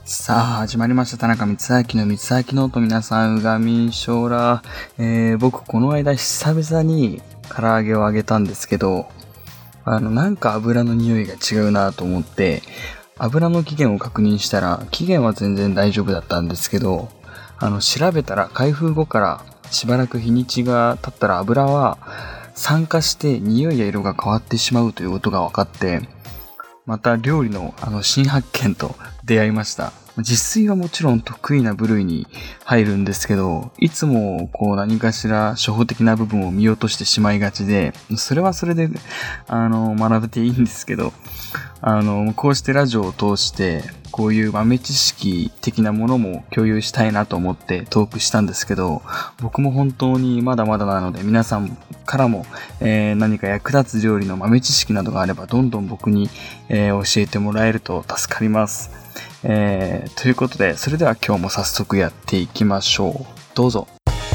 さあ始まりました。田中光明の光明ノート。皆さんうがみんしょうら。僕この間久々に唐揚げを揚げたんですけど、なんか油の匂いが違うなと思って油の期限を確認したら、期限は全然大丈夫だったんですけど、調べたら開封後からしばらく日にちが経ったら油は酸化して匂いや色が変わってしまうということが分かって、また料理の新発見と出会いました。自炊はもちろん得意な部類に入るんですけど、いつも何かしら初歩的な部分を見落としてしまいがちで、それはそれで学べていいんですけど、こうしてラジオを通してこういう豆知識的なものも共有したいなと思ってトークしたんですけど、僕も本当にまだまだなので、皆さんからも、何か役立つ料理の豆知識などがあればどんどん僕に、教えてもらえると助かります。ということで、それでは今日も早速やっていきましょう。どうぞ。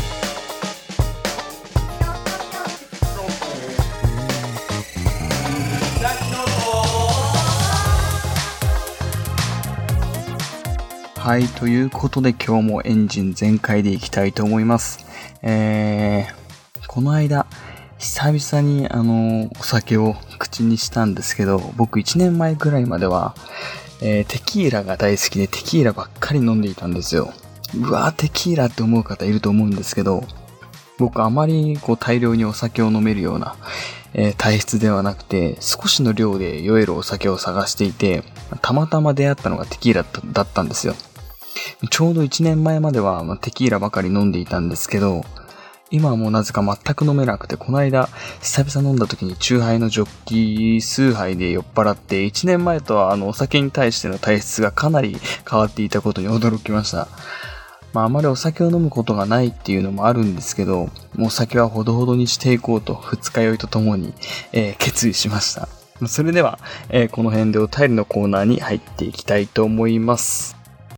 はい、ということで今日もエンジン全開でいきたいと思います。この間久々にお酒を口にしたんですけど、僕1年前くらいまでは、テキーラが大好きでテキーラばっかり飲んでいたんですよ。うわー、テキーラって思う方いると思うんですけど、僕あまり大量にお酒を飲めるような、体質ではなくて、少しの量で酔えるお酒を探していて、たまたま出会ったのがテキーラだったんですよ。ちょうど1年前まではテキーラばかり飲んでいたんですけど、今はもうなぜか全く飲めなくて、この間久々飲んだ時にチューハイのジョッキ数杯で酔っ払って、1年前とはお酒に対しての体質がかなり変わっていたことに驚きました。あまりお酒を飲むことがないっていうのもあるんですけど、もうお酒はほどほどにしていこうと二日酔いとともに、決意しました。それでは、この辺でお便りのコーナーに入っていきたいと思います。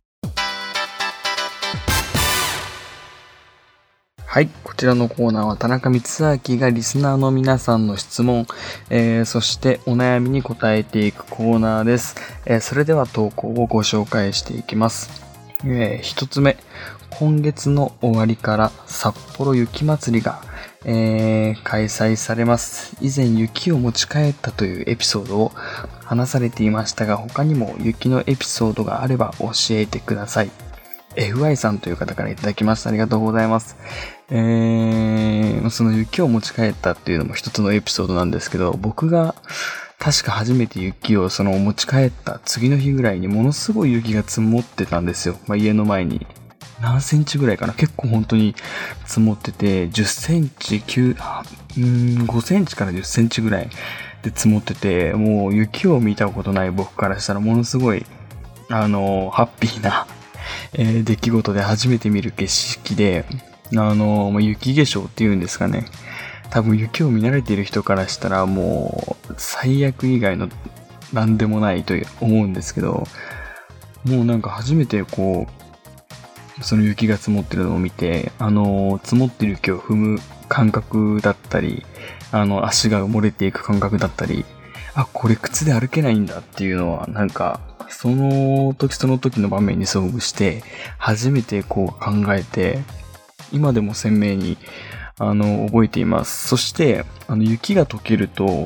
はい、こちらのコーナーは田中光明がリスナーの皆さんの質問、そしてお悩みに答えていくコーナーです。それでは投稿をご紹介していきます。一つ目、今月の終わりから札幌雪まつりが、開催されます。以前雪を持ち帰ったというエピソードを話されていましたが、他にも雪のエピソードがあれば教えてください。FY さんという方からいただきました。ありがとうございます。その雪を持ち帰ったっていうのも一つのエピソードなんですけど、僕が確か初めて雪を持ち帰った次の日ぐらいにものすごい雪が積もってたんですよ。家の前に。何センチぐらいかな、結構本当に積もってて、10センチ、5センチから10センチぐらいで積もってて、もう雪を見たことない僕からしたらものすごい、ハッピーな出来事で、初めて見る景色で、雪化粧っていうんですかね。多分雪を見慣れている人からしたらもう最悪以外の何でもないと思うんですけど、もうなんか初めてその雪が積もってるのを見て、積もってる雪を踏む感覚だったり、足が埋もれていく感覚だったり、これ靴で歩けないんだっていうのは、なんかその時その時の場面に遭遇して初めて考えて、今でも鮮明に覚えています。そして雪が溶けると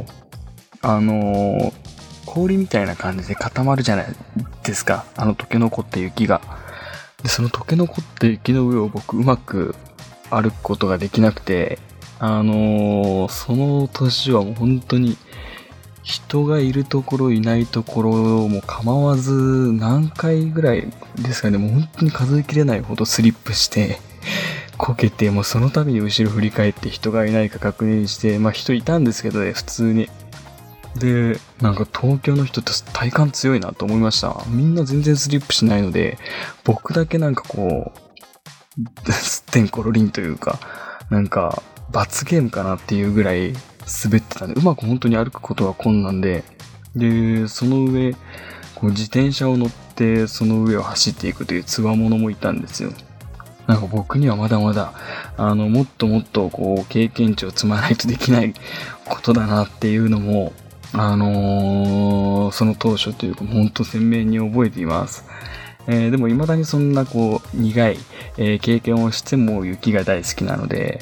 氷みたいな感じで固まるじゃないですか、溶け残った雪が。でその溶け残った雪の上を僕うまく歩くことができなくて、その年はもう本当に人がいるところいないところも構わず、何回ぐらいですかね、もう本当に数えきれないほどスリップしてこけて、もうその度に後ろ振り返って人がいないか確認して、人いたんですけどね、普通に。でなんか東京の人って体感強いなと思いました。みんな全然スリップしないので、僕だけなんかすってんころりんというか、なんか罰ゲームかなっていうぐらい滑ってたんで、うまく本当に歩くことが困難で、その上自転車を乗ってその上を走っていくという強者もいたんですよ。なんか僕にはまだまだもっともっと経験値を積まないとできないことだなっていうのもその当初というか本当鮮明に覚えています。 でも未だにそんなこう苦い、経験をしても雪が大好きなので、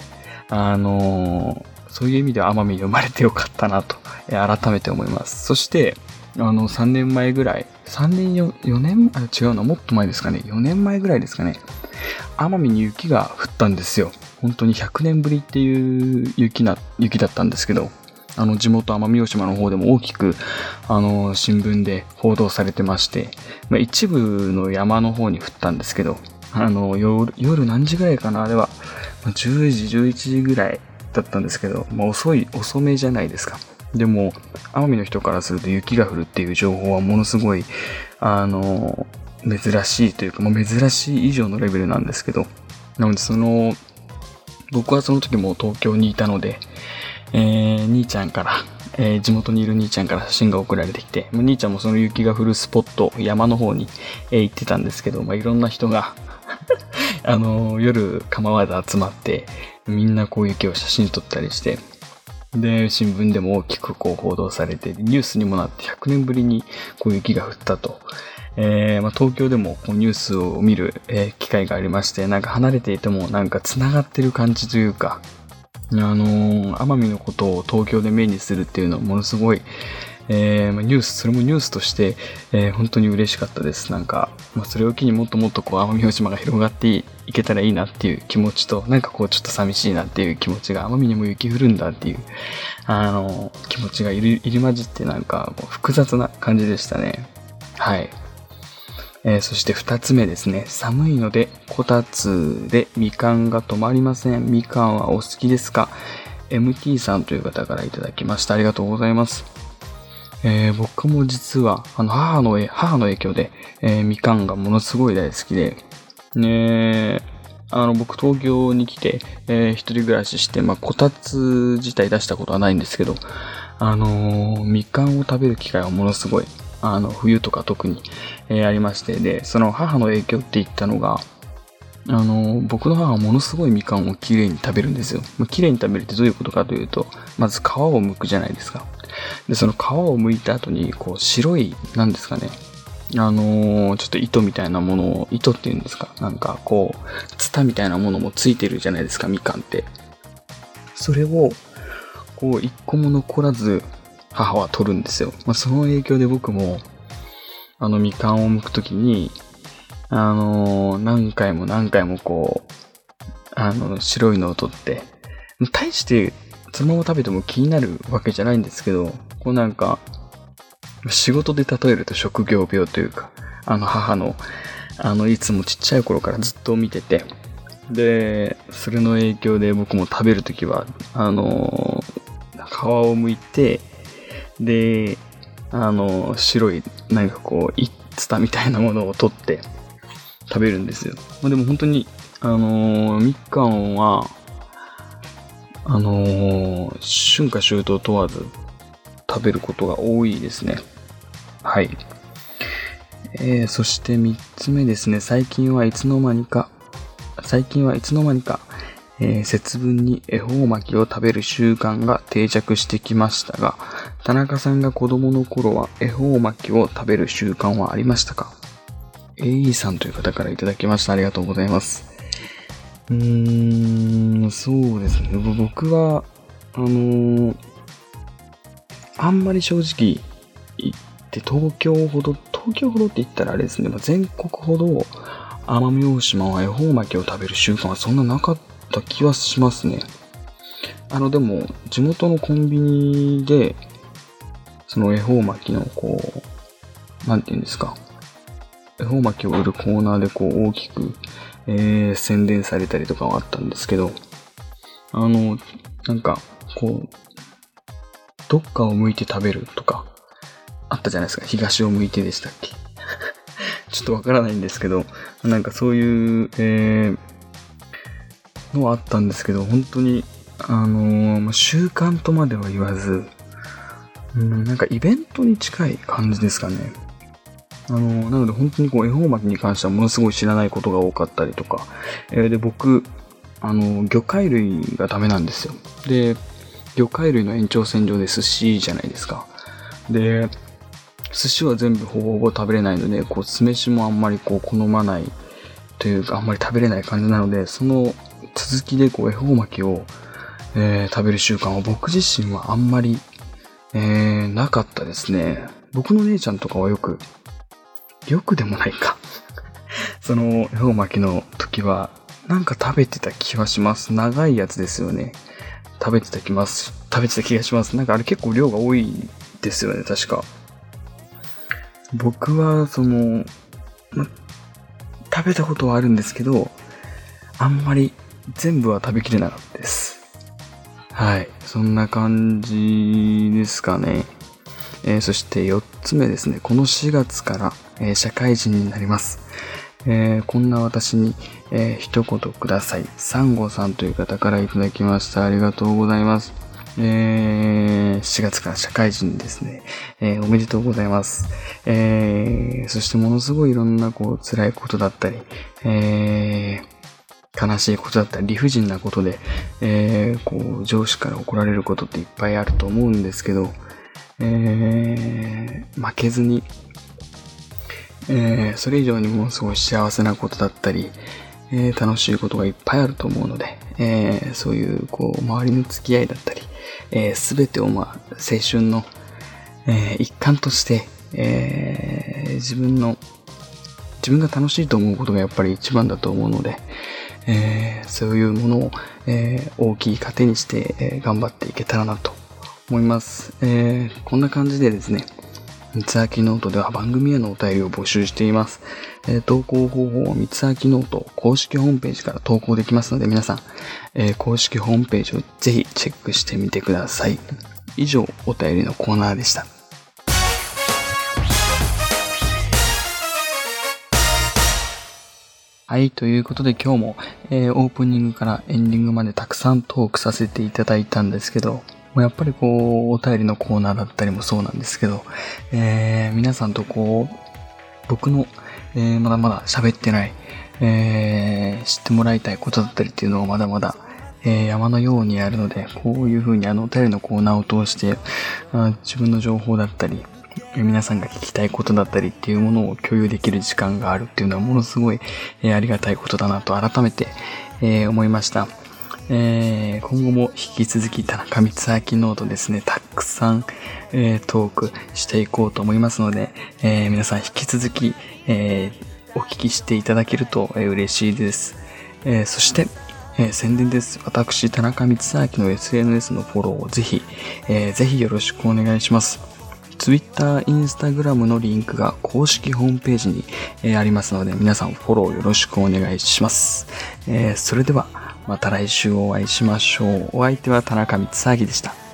そういう意味では奄美に生まれてよかったなと、改めて思います。そして3年前ぐらい、3年4年違うな、もっと前ですかね、4年前ぐらいですかね、奄美に雪が降ったんですよ。本当に100年ぶりっていう雪だったんですけど、地元奄美大島の方でも大きく新聞で報道されてまして、一部の山の方に降ったんですけど、夜何時ぐらいかな、あれは10時11時ぐらいだったんですけど、遅めじゃないですか。でも奄美の人からすると雪が降るっていう情報はものすごい珍しいというか、珍しい以上のレベルなんですけど、なので僕はその時も東京にいたので、兄ちゃんから、地元にいる兄ちゃんから写真が送られてきて、兄ちゃんもその雪が降るスポット、山の方に、行ってたんですけど、いろんな人が夜構わず集まってみんなこう雪を写真撮ったりして、で新聞でも大きくこう報道されてニュースにもなって100年ぶりにこう雪が降ったと、東京でもこうニュースを見る、機会がありまして、なんか離れていてもなんか繋がってる感じというか、奄美のことを東京で目にするっていうのはものすごい、それもニュースとして、本当に嬉しかったです。なんか、それを機にもっともっとこう奄美大島が広がっていけたらいいなっていう気持ちと、なんかこうちょっと寂しいなっていう気持ちが、奄美にも雪降るんだっていう気持ちが入り混じって、なんか複雑な感じでしたね。はい。そして2つ目ですね。寒いのでこたつでみかんが止まりません。みかんはお好きですか？ MT さんという方からいただきました。ありがとうございます。僕も実は母の影響で、みかんがものすごい大好きで、僕東京に来て、一人暮らしして、こたつ自体出したことはないんですけど、みかんを食べる機会はものすごい冬とか特に、ありまして、でその母の影響って言ったのが、僕の母はものすごいみかんをきれいに食べるんですよ。きれいに食べるってどういうことかというと、まず皮を剥くじゃないですか。でその皮を剥いた後にこう白い、なんですかね、ちょっと糸みたいなものを、糸っていうんですか、なんかこうツタみたいなものもついてるじゃないですか、みかんって。それをこう一個も残らず母は取るんですよ。その影響で僕もみかんを剥くときに何回もこう白いのを取って、大してそのまま食べても気になるわけじゃないんですけど、こうなんか仕事で例えると職業病というか、母のいつもちっちゃい頃からずっと見てて、でそれの影響で僕も食べるときは皮を剥いて、で白いなんかこうツタみたいなものを取って食べるんですよ。でも本当にみかんは春夏秋冬問わず食べることが多いですね。はい。そして3つ目ですね。最近はいつの間にか、節分に恵方巻きを食べる習慣が定着してきましたが、田中さんが子供の頃は恵方巻きを食べる習慣はありましたか？ AE さんという方からいただきました。ありがとうございます。そうですね。僕はあんまり正直言って東京ほどって言ったらあれですね。全国ほど奄美大島は恵方巻きを食べる習慣はそんななかった気はしますね。でも地元のコンビニでその恵方巻きのこう、なんていうんですか、恵方巻きを売るコーナーでこう大きく、宣伝されたりとかはあったんですけど、なんかこうどっかを向いて食べるとかあったじゃないですか。東を向いてでしたっけちょっとわからないんですけど、なんかそういう、のはあったんですけど、本当に習慣とまでは言わず、なんかイベントに近い感じですかね。なので本当にこう恵方巻きに関してはものすごい知らないことが多かったりとか、で僕魚介類がダメなんですよ。で魚介類の延長線上で寿司じゃないですか。で寿司は全部ほぼほぼ食べれないので、酢飯もあんまり好まないというか、あんまり食べれない感じなので、その続きで恵方巻きを、食べる習慣は僕自身はあんまり、なかったですね。僕の姉ちゃんとかはよくでもないか。その恵方巻きの時は、なんか食べてた気はします。長いやつですよね。食べてた気がします。なんかあれ結構量が多いですよね、確か。僕は、食べたことはあるんですけど、あんまり全部は食べきれなかったです。はい。そんな感じですかね。そして4つ目ですね。この4月から、社会人になります。こんな私に、一言ください。サンゴさんという方からいただきました。ありがとうございます。4月から社会人ですね。おめでとうございます。そしてものすごいいろんな辛いことだったり、悲しいことだったり理不尽なことで、上司から怒られることっていっぱいあると思うんですけど、負けずに、それ以上にもすごい幸せなことだったり、楽しいことがいっぱいあると思うので、そういう周りの付き合いだったり、すべてを青春の、一環として、自分が楽しいと思うことがやっぱり一番だと思うので、そういうものを、大きい糧にして、頑張っていけたらなと思います。こんな感じでですね、三つ秋ノートでは番組へのお便りを募集しています。投稿方法は三つ秋ノート公式ホームページから投稿できますので皆さん、公式ホームページをぜひチェックしてみてください。以上、お便りのコーナーでした。はい、ということで今日も、オープニングからエンディングまでたくさんトークさせていただいたんですけど、やっぱりお便りのコーナーだったりもそうなんですけど、皆さんと僕の、まだまだ喋ってない、知ってもらいたいことだったりっていうのがまだまだ、山のようにあるので、こういう風にお便りのコーナーを通して、自分の情報だったり、皆さんが聞きたいことだったりっていうものを共有できる時間があるっていうのはものすごい、ありがたいことだなと改めて、思いました。今後も引き続き田中光明ノートですね、たくさん、トークしていこうと思いますので、皆さん引き続き、お聞きしていただけると、嬉しいです。そして、宣伝です。私、田中光明の SNS のフォローをぜひよろしくお願いします。Twitter、Instagram のリンクが公式ホームページに、ありますので、皆さんフォローよろしくお願いします。それでは、また来週お会いしましょう。お相手は田中光明でした。